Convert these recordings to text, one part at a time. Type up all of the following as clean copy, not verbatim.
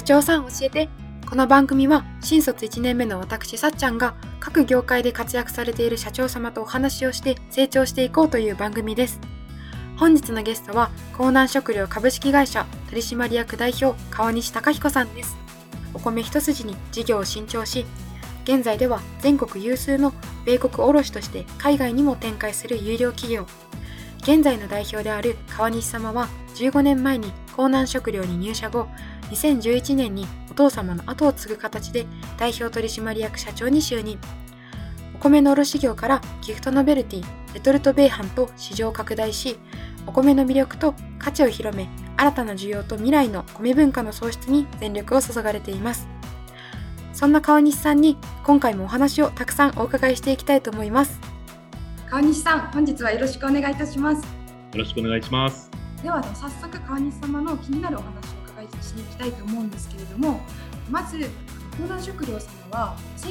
長さん教えて。この番組は新卒1年目の私さっちゃんが各業界で活躍されている社長様とお話をして成長していこうという番組です。本日のゲストは江南食料株式会社取締役代表川西貴彦さんです。お米一筋に事業を伸長し、現在では全国有数の米国卸として海外にも展開する優良企業。現在の代表である川西様は15年前に江南食料に入社後、2011年にお父様の後を継ぐ形で代表取締役社長に就任。お米の卸業からギフトノベルティ、レトルト米飯と市場を拡大し、お米の魅力と価値を広め、新たな需要と未来の米文化の創出に全力を注がれています。そんな川西さんに今回もお話をたくさんお伺いしていきたいと思います。川西さん、本日はよろしくお願いいたします。よろしくお願いします。 では早速川西様の気になるお話をお伺いしに行きたいと思うんですけれども、まず江南食料様は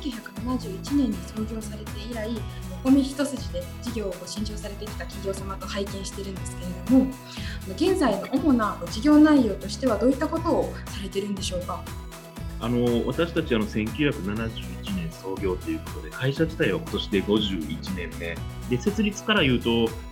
1971年に創業されて以来、お米一筋で事業を伸長されてきた企業様と拝見しているんですけれども、現在の主な事業内容としてはどういったことをされているんでしょうか。 私たち1971年創業ということで、会社自体は今年で51年目で、設立からいうと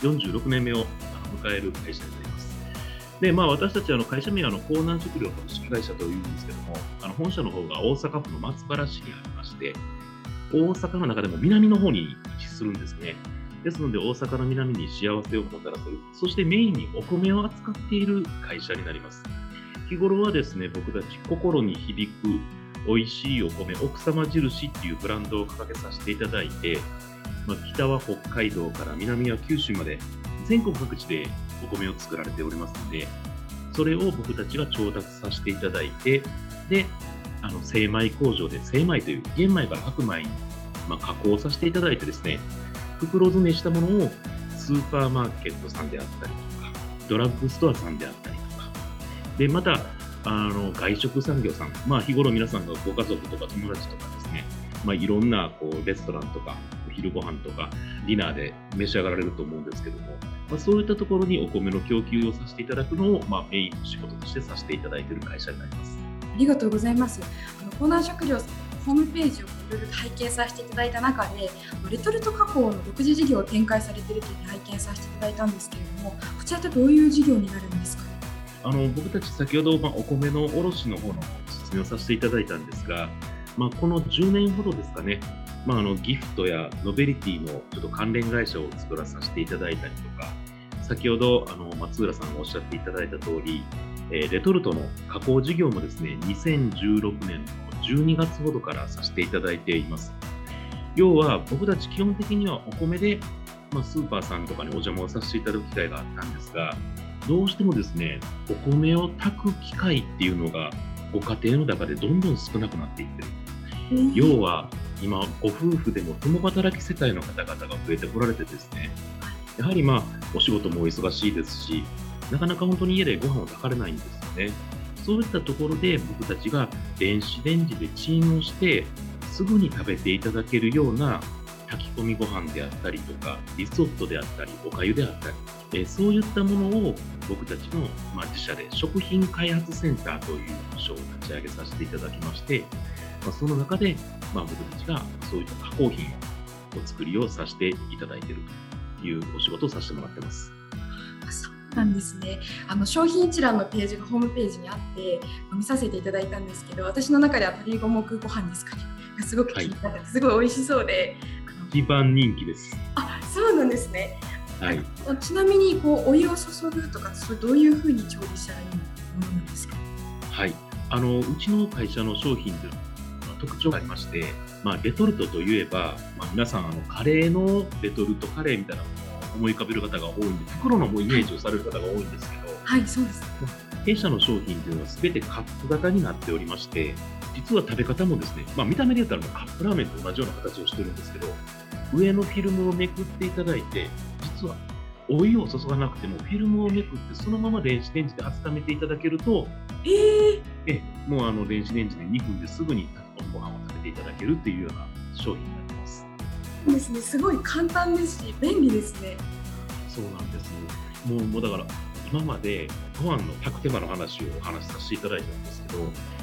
46年目を迎える会社になります。で、私たち会社名は江南食料株式会社というんですけども、本社の方が大阪府の松原市にありまして、大阪の中でも南の方に位置するんですね。ですので、大阪の南に幸せをもたらせる、そしてメインにお米を扱っている会社になります。日頃はですね、僕たち心に響く美味しいお米、奥様印っていうブランドを掲げさせていただいて、北は北海道から南は九州まで全国各地でお米を作られておりますので、それを僕たちが調達させていただいて、で、精米工場で精米という玄米から白米に、加工させていただいてですね、袋詰めしたものをスーパーマーケットさんであったりとか、ドラッグストアさんであったりとか、で、また、外食産業さん、日頃皆さんがご家族とか友達とかですね、いろんなレストランとか、お昼ご飯とか、ディナーで召し上がられると思うんですけども、そういったところにお米の供給をさせていただくのを、メインの仕事としてさせていただいている会社になります。 ありがとうございます。江南食料さんのホームページをいろいろ拝見させていただいた中で、レトルト加工の独自事業を展開されているというふうに拝見させていただいたんですけれども、こちらってどういう事業になるんですか。 僕たち先ほど、お米の卸の方の説明をさせていただいたんですが、この10年ほどですかね、ギフトやノベリティのちょっと関連会社を作らさせていただいたりとか、先ほど松浦さんがおっしゃっていただいた通り、レトルトの加工事業もですね、2016年の12月ほどからさせていただいています。要は僕たち基本的にはお米で、スーパーさんとかにお邪魔をさせていただく機会があったんですが、どうしてもですね、お米を炊く機会っていうのがご家庭の中でどんどん少なくなっていってる。要は今ご夫婦でも共働き世帯の方々が増えてこられてですね、やはりお仕事もお忙しいですし、なかなか本当に家でご飯を炊かれないんですよね。そういったところで僕たちが電子レンジでチンをしてすぐに食べていただけるような炊き込みご飯であったりとか、リゾットであったり、おかゆであったり、そういったものを僕たちの自社で食品開発センターという部署を立ち上げさせていただきまして、その中で僕たちがそういった加工品を作りをさせていただいているというお仕事をさせてもらってます。 そうなんですね。商品一覧のページがホームページにあって見させていただいたんですけど、私の中では鶏五目ご飯ですかね、すごく気になって、すごい美味しそうで、 一番人気です。 そうなんですね。 はい、 ちなみにお湯を注ぐとか、それどういうふうに調理したらいいものなんですか。 はい、うちの会社の商品というのは特徴がありまして、レトルトといえば、皆さんカレーのレトルトカレーみたいなものを思い浮かべる方が多いんで、袋のイメージをされる方が多いんですけど、 はい、そうです。 弊社の商品というのは全てカップ型になっておりまして、実は食べ方もですね、見た目で言ったらカップラーメンと同じような形をしてるんですけど、上のフィルムをめくっていただいて、実はお湯を注がなくてもフィルムをめくってそのまま電子レンジで温めていただけると、もう電子レンジで2分ですぐに炊き込みご飯を食べていただけるっていうような商品になってます。 そうですね、すごい簡単ですし便利ですね。 そうなんです。もうだから今までご飯の炊く手間の話をお話しさせていただいたんですけど、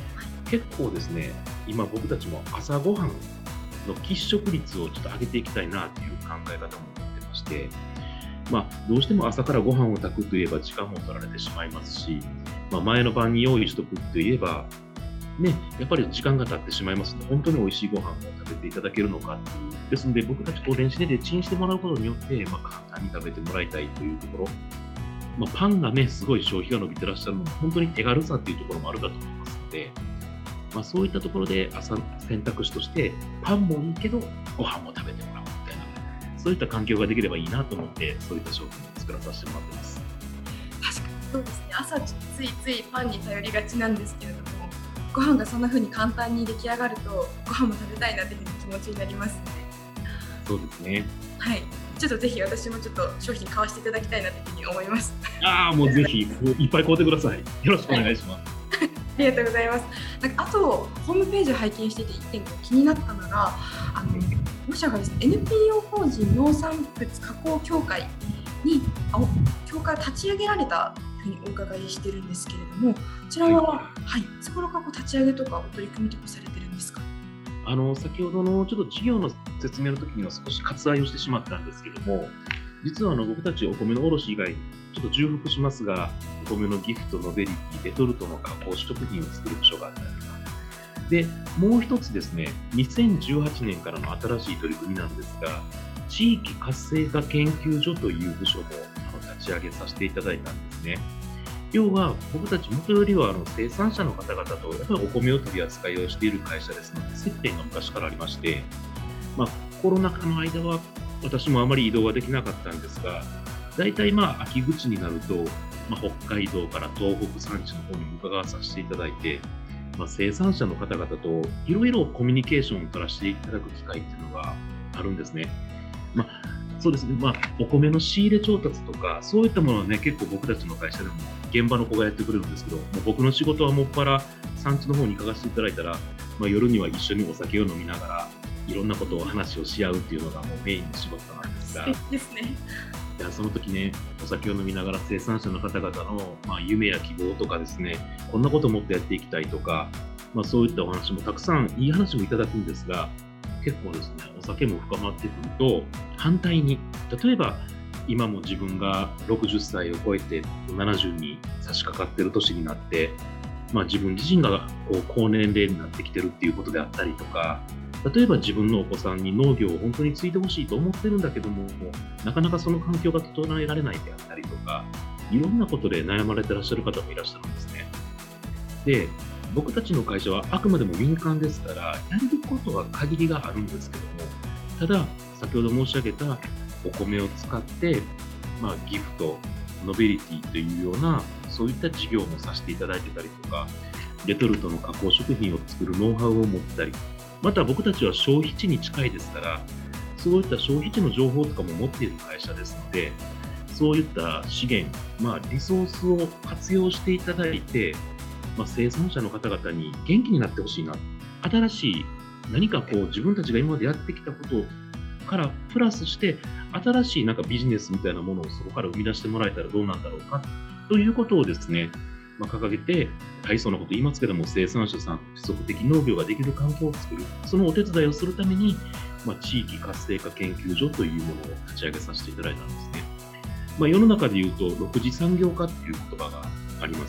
結構ですね、今僕たちも朝ごはんの喫食率をちょっと上げていきたいなっていう考え方も持ってまして、どうしても朝からご飯を炊くといえば時間も取られてしまいますし、前の晩に用意しとくといえば、ね、やっぱり時間が経ってしまいますので、本当に美味しいご飯を食べていただけるのかっていう。ですので、僕たち電子レンジでチンしてもらうことによって、簡単に食べてもらいたいというところ。パンがね、すごい消費が伸びてらっしゃるので、本当に手軽さっていうところもあるかと思いますので、そういったところで朝選択肢として、パンもいいけど、ご飯も食べてもらうみたいな、そういった環境ができればいいなと思って、そういった商品を作らさせてもらってます。 確かにそうですね。朝ついついパンに頼りがちなんですけれども、ご飯がそんな風に簡単に出来上がると、ご飯も食べたいなっていう気持ちになりますね。 そうですね。 はい。ちょっとぜひ私もちょっと商品買わせていただきたいなというふうに思います。 もうぜひいっぱい買うてください。よろしくお願いします。 ありがとうございます。あとホームページを拝見していて1点気になったのが、御社がですね NPO 法人農産物加工協会に協会を立ち上げられたというふうにお伺いしてるんですけれども、こちらは、いつ頃から立ち上げとかお取り組みとかされてるんですか？ 先ほどのちょっと事業の説明の時には少し割愛をしてしまったんですけども、実は僕たちお米の卸以外にちょっと重複しますが、お米のギフト、ノベリティ、レトルトの加工食品を作る部署があったりとか、で、もう一つですね、2018年からの新しい取り組みなんですが、地域活性化研究所という部署も立ち上げさせていただいたんですね。要は僕たち元よりは生産者の方々とやっぱりお米を取り扱いをしている会社ですので、接点が昔からありまして、コロナ禍の間は私もあまり移動はできなかったんですが、大体秋口になると、北海道から東北産地の方に伺わさせていただいて、生産者の方々といろいろコミュニケーションを取らせていただく機会っていうのがあるんですね。そうですね、お米の仕入れ調達とか、そういったものはね、結構僕たちの会社でも現場の子がやってくれるんですけど、もう僕の仕事はもっぱら産地の方に伺わせていただいたら、夜には一緒にお酒を飲みながら、いろんなことを話をし合うっていうのがもうメインの仕事なんですが、 素敵ですね。 いやその時ね、お酒を飲みながら生産者の方々の、夢や希望とかですね、こんなことをもっとやっていきたいとか、そういったお話もたくさんいい話もいただくんですが、結構ですね、お酒も深まってくると、反対に、例えば今も自分が60歳を超えて70に差し掛かっている年になって、自分自身が高年齢になってきてるっていうことであったりとか、例えば自分のお子さんに農業を本当に継いでほしいと思ってるんだけども、なかなかその環境が整えられないであったりとか、いろんなことで悩まれてらっしゃる方もいらっしゃるんですね。で、僕たちの会社はあくまでも民間ですから、やることは限りがあるんですけども、ただ、先ほど申し上げたお米を使って、ギフト、ノベリティというような、そういった事業もさせていただいてたりとか、レトルトの加工食品を作るノウハウを持ったり、また僕たちは消費地に近いですから、そういった消費地の情報とかも持っている会社ですので、そういった資源、リソースを活用していただいて、生産者の方々に元気になってほしいな。新しい何か自分たちが今までやってきたことからプラスして、新しいビジネスみたいなものをそこから生み出してもらえたらどうなんだろうかということをですね、掲げて、大層なこと言いますけども、生産者さん、持続的農業ができる環境を作る、そのお手伝いをするために、地域活性化研究所というものを立ち上げさせていただいたんですね。世の中で言うと、6次産業化っていう言葉があります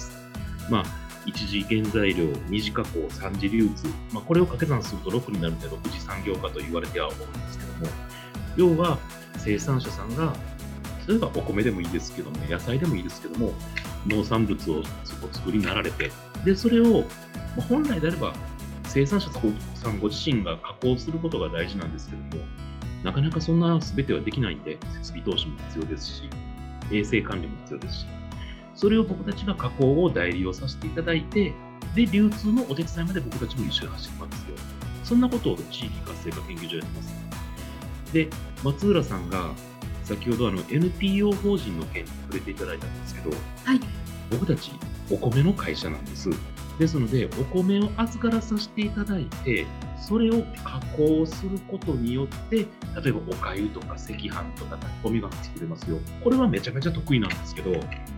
。1次原材料、2次加工、3次流通、これを掛け算すると6になるので、6次産業化と言われては思うんですけども、要は生産者さんが、例えばお米でもいいですけども、野菜でもいいですけども、農産物をお作りになられて、で、それを、本来であれば、生産者さんご自身が加工することが大事なんですけども、なかなかそんな全てはできないんで、設備投資も必要ですし、衛生管理も必要ですし、それを僕たちが加工を代理をさせていただいて、で、流通のお手伝いまで僕たちも一緒に走ってますよ。そんなことを地域活性化研究所やってます。で、松浦さんが先ほどNPO 法人の件に触れていただいたんですけど、僕たちお米の会社なんです。ですので、お米を預からさせていただいて、それを加工することによって、例えばお粥とか赤飯とか炊き込みご飯作れますよ。これはめちゃめちゃ得意なんですけど、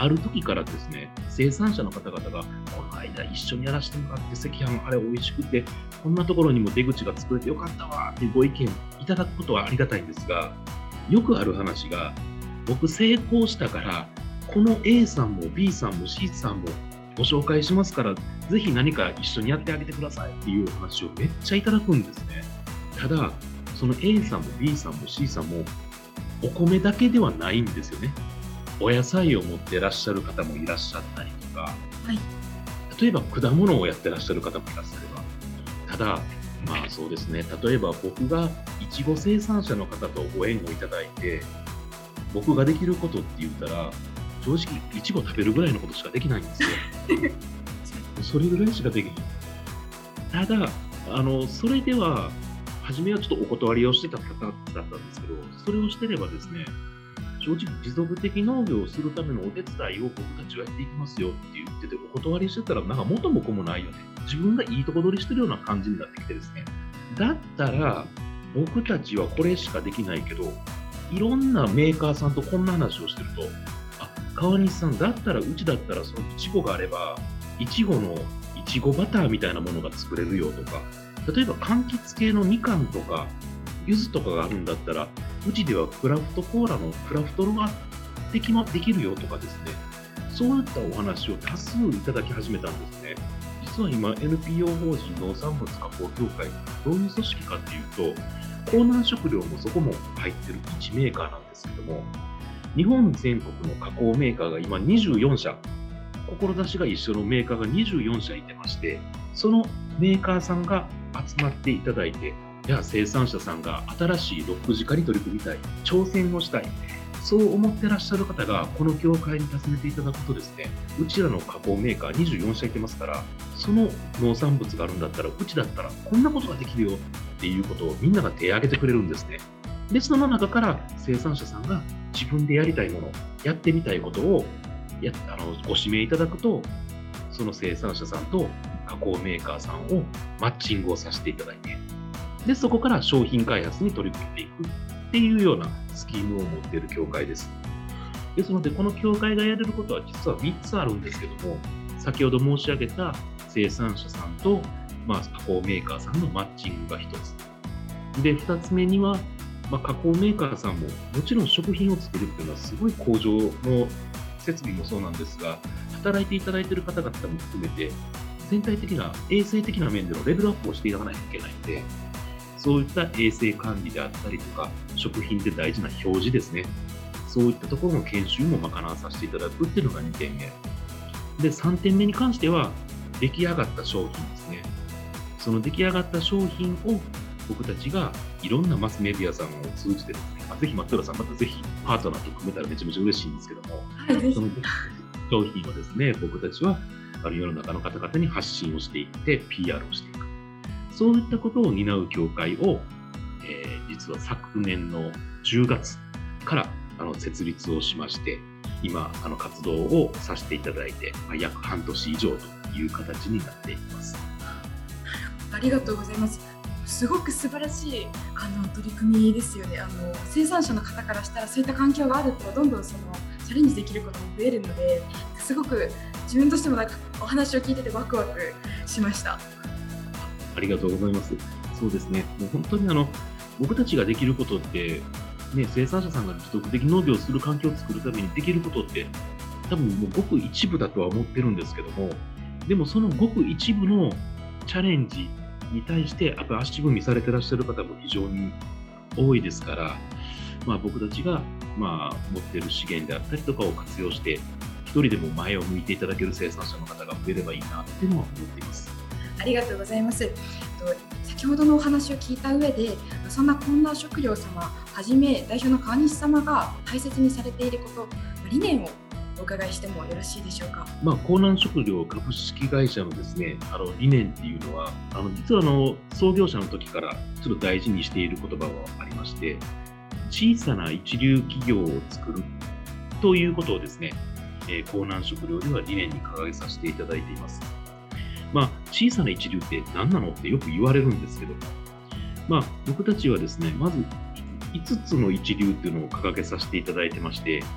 ある時からですね、生産者の方々が、この間一緒にやらせてもらって、赤飯あれ美味しくて、こんなところにも出口が作れてよかったわっていうご意見いただくことはありがたいんですが、よくある話が、僕成功したから、この A さんも B さんも C さんもご紹介しますから、ぜひ何か一緒にやってあげてくださいっていう話をめっちゃいただくんですね。ただ、その A さんも B さんも C さんもお米だけではないんですよね。お野菜を持ってらっしゃる方もいらっしゃったりとか、 はい。 例えば果物をやってらっしゃる方もいらっしゃれば、ただ、まあそうですね、例えば僕がいちご生産者の方とご縁をいただいて、僕ができることって言ったら、正直いちご食べるぐらいのことしかできないんですよ。それぐらいしかできない。ただ、それでは、初めはちょっとお断りをしてた方だったんですけど、それをしてればですね、正直持続的農業をするためのお手伝いを僕たちはやっていきますよって言ってて、お断りしてたらなんか元も子もないよね。自分がいいとこ取りしてるような感じになってきてですね。だったら、僕たちはこれしかできないけど、いろんなメーカーさんとこんな話をしてると、川西さん、だったらうちだったらそのいちごがあれば、いちごのいちごバターみたいなものが作れるよとか、例えば柑橘系のみかんとか、柚子とかがあるんだったら、うちではクラフトコーラのクラフトができるよとかですね、そういったお話を多数いただき始めたんですね。実は今、NPO 法人農産物加工協会、どういう組織かっていうと、江南食料もそこも入ってる一メーカーなんですけども、日本全国の加工メーカーが今24社、志が一緒のメーカーが24社いてまして、そのメーカーさんが集まっていただいて、じゃあ生産者さんが新しいロック直に取り組みたい、挑戦をしたい、そう思ってらっしゃる方がこの協会に訪ねていただくとですね、うちらの加工メーカー24社いてますから、その農産物があるんだったら、うちだったらこんなことができるよっていうことをみんなが手を挙げてくれるんですね。で、その中から生産者さんが自分でやりたいもの、やってみたいことをご指名いただくと、その生産者さんと加工メーカーさんをマッチングをさせていただいて、で、そこから商品開発に取り組んでいくっていうようなスキームを持っている協会です。ですので、この協会がやれることは実は3つあるんですけども、先ほど申し上げた生産者さんと、加工メーカーさんのマッチングが1つ。で、2つ目には、加工メーカーさんももちろん食品を作るっていうのはすごい工場の設備もそうなんですが、働いていただいている方々も含めて、全体的な衛生的な面でのレベルアップをしていかないといけないので、そういった衛生管理であったりとか、食品で大事な表示ですね。そういったところの研修も賄わさせていただくっていうのが2点目。で、3点目に関しては、出来上がった商品ですね。その出来上がった商品を僕たちがいろんなマスメディアさんを通じてですね、ぜひ松浦さん、またぜひパートナーと組めたらめちゃめちゃ嬉しいんですけども、 はい、ぜひ。 その商品をですね、僕たちは世の中の方々に発信をしていって、PR をしていく。そういったことを担う協会を、実は昨年の10月から設立をしまして、今、活動をさせていただいて、約半年以上という形になっています。 ありがとうございます。すごく素晴らしい取り組みですよね。生産者の方からしたらそういった環境があるとどんどんチャレンジできることも増えるので、すごく自分としてもお話を聞いててワクワクしました。 ありがとうございます。そうですね。もう本当に僕たちができることって、ね、生産者さんが持続的農業をする環境を作るためにできることって多分もうごく一部だとは思ってるんですけども、でもそのごく一部のチャレンジに対してやっぱり足踏みされてらっしゃる方も非常に多いですから、僕たちが持っている資源であったりとかを活用して一人でも前を向いていただける生産者の方が増えればいいなっていうのは思っています。 ありがとうございます。先ほどのお話を聞いた上で、そんな江南食料様はじめ代表の川西様が大切にされていること、理念をお伺いしてもよろしいでしょうか。 江南食料株式会社のですね、理念っていうのは、実は創業者の時からちょっと大事にしている言葉がありまして、小さな一流企業を作るということをですね、江南食料では理念に掲げさせていただいています。小さな一流って何なのってよく言われるんですけども、僕たちはですね、まず5つの一流っていうのを掲げさせていただいてまして、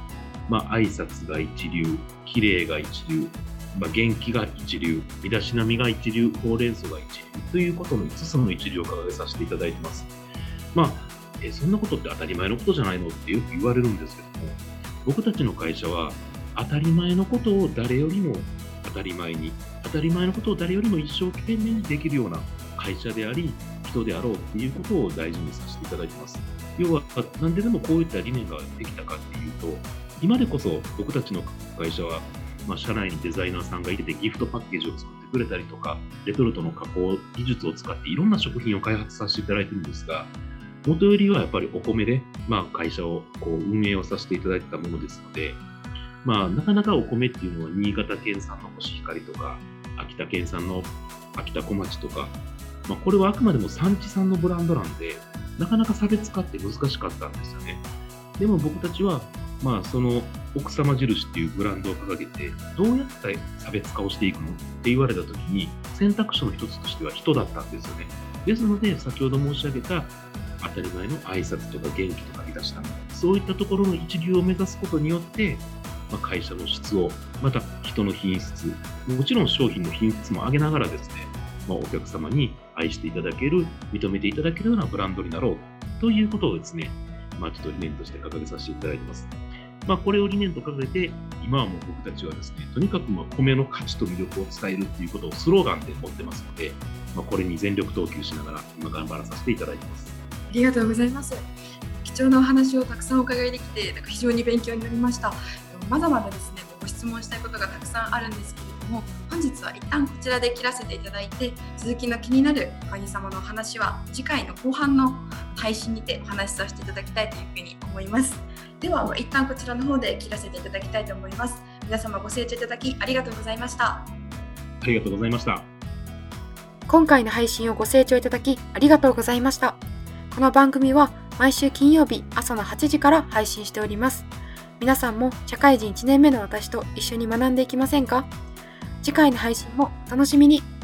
挨拶が一流、綺麗が一流、元気が一流、身だしなみが一流、ほうれん草が一流ということの5つの一流を掲げさせていただいています。そんなことって当たり前のことじゃないのってよく言われるんですけども、僕たちの会社は当たり前のことを誰よりも当たり前に、当たり前のことを誰よりも一生懸命にできるような会社であり、人であろうっていうことを大事にさせていただいています。要は、なんででもこういった理念ができたかっていうと、今でこそ僕たちの会社は、社内にデザイナーさんがいてギフトパッケージを作ってくれたりとか、レトルトの加工技術を使っていろんな食品を開発させていただいているんですが、元よりはやっぱりお米で、会社を運営をさせていただいてたものですので、なかなかお米っていうのは新潟県産のコシヒカリとか、秋田県産の秋田小町とか、これはあくまでも産地産のブランドなんで、なかなか差別化って難しかったんですよね。でも僕たちは、その奥様印っていうブランドを掲げて、どうやって差別化をしていくのって言われたときに、選択肢の一つとしては人だったんですよね。ですので、先ほど申し上げた当たり前の挨拶とか元気とか身だしなみ、そういったところの一流を目指すことによって、会社の質を、また人の品質、もちろん商品の品質も上げながらですね、お客様に愛していただける、認めていただけるようなブランドになろうということをですね、ちょっと理念として掲げさせていただいています。これを理念と掲げて、今はもう僕たちはですね、とにかく米の価値と魅力を伝えるっていうことをスローガンで持ってますので、これに全力投球しながら今頑張らさせていただいています。 ありがとうございます。貴重なお話をたくさんお伺いできて、非常に勉強になりました。まだまだですね、ご質問したいことがたくさんあるんですけれども、本日は一旦こちらで切らせていただいて、続きの気になるおかげさまのお話は次回の後半の配信にてお話しさせていただきたいというふうに思います。では一旦こちらの方で切らせていただきたいと思います。皆様ご清聴いただきありがとうございました。 ありがとうございました。 今回の配信をご清聴いただきありがとうございました。この番組は毎週金曜日朝の8時から配信しております。皆さんも社会人1年目の私と一緒に学んでいきませんか？次回の配信もお楽しみに。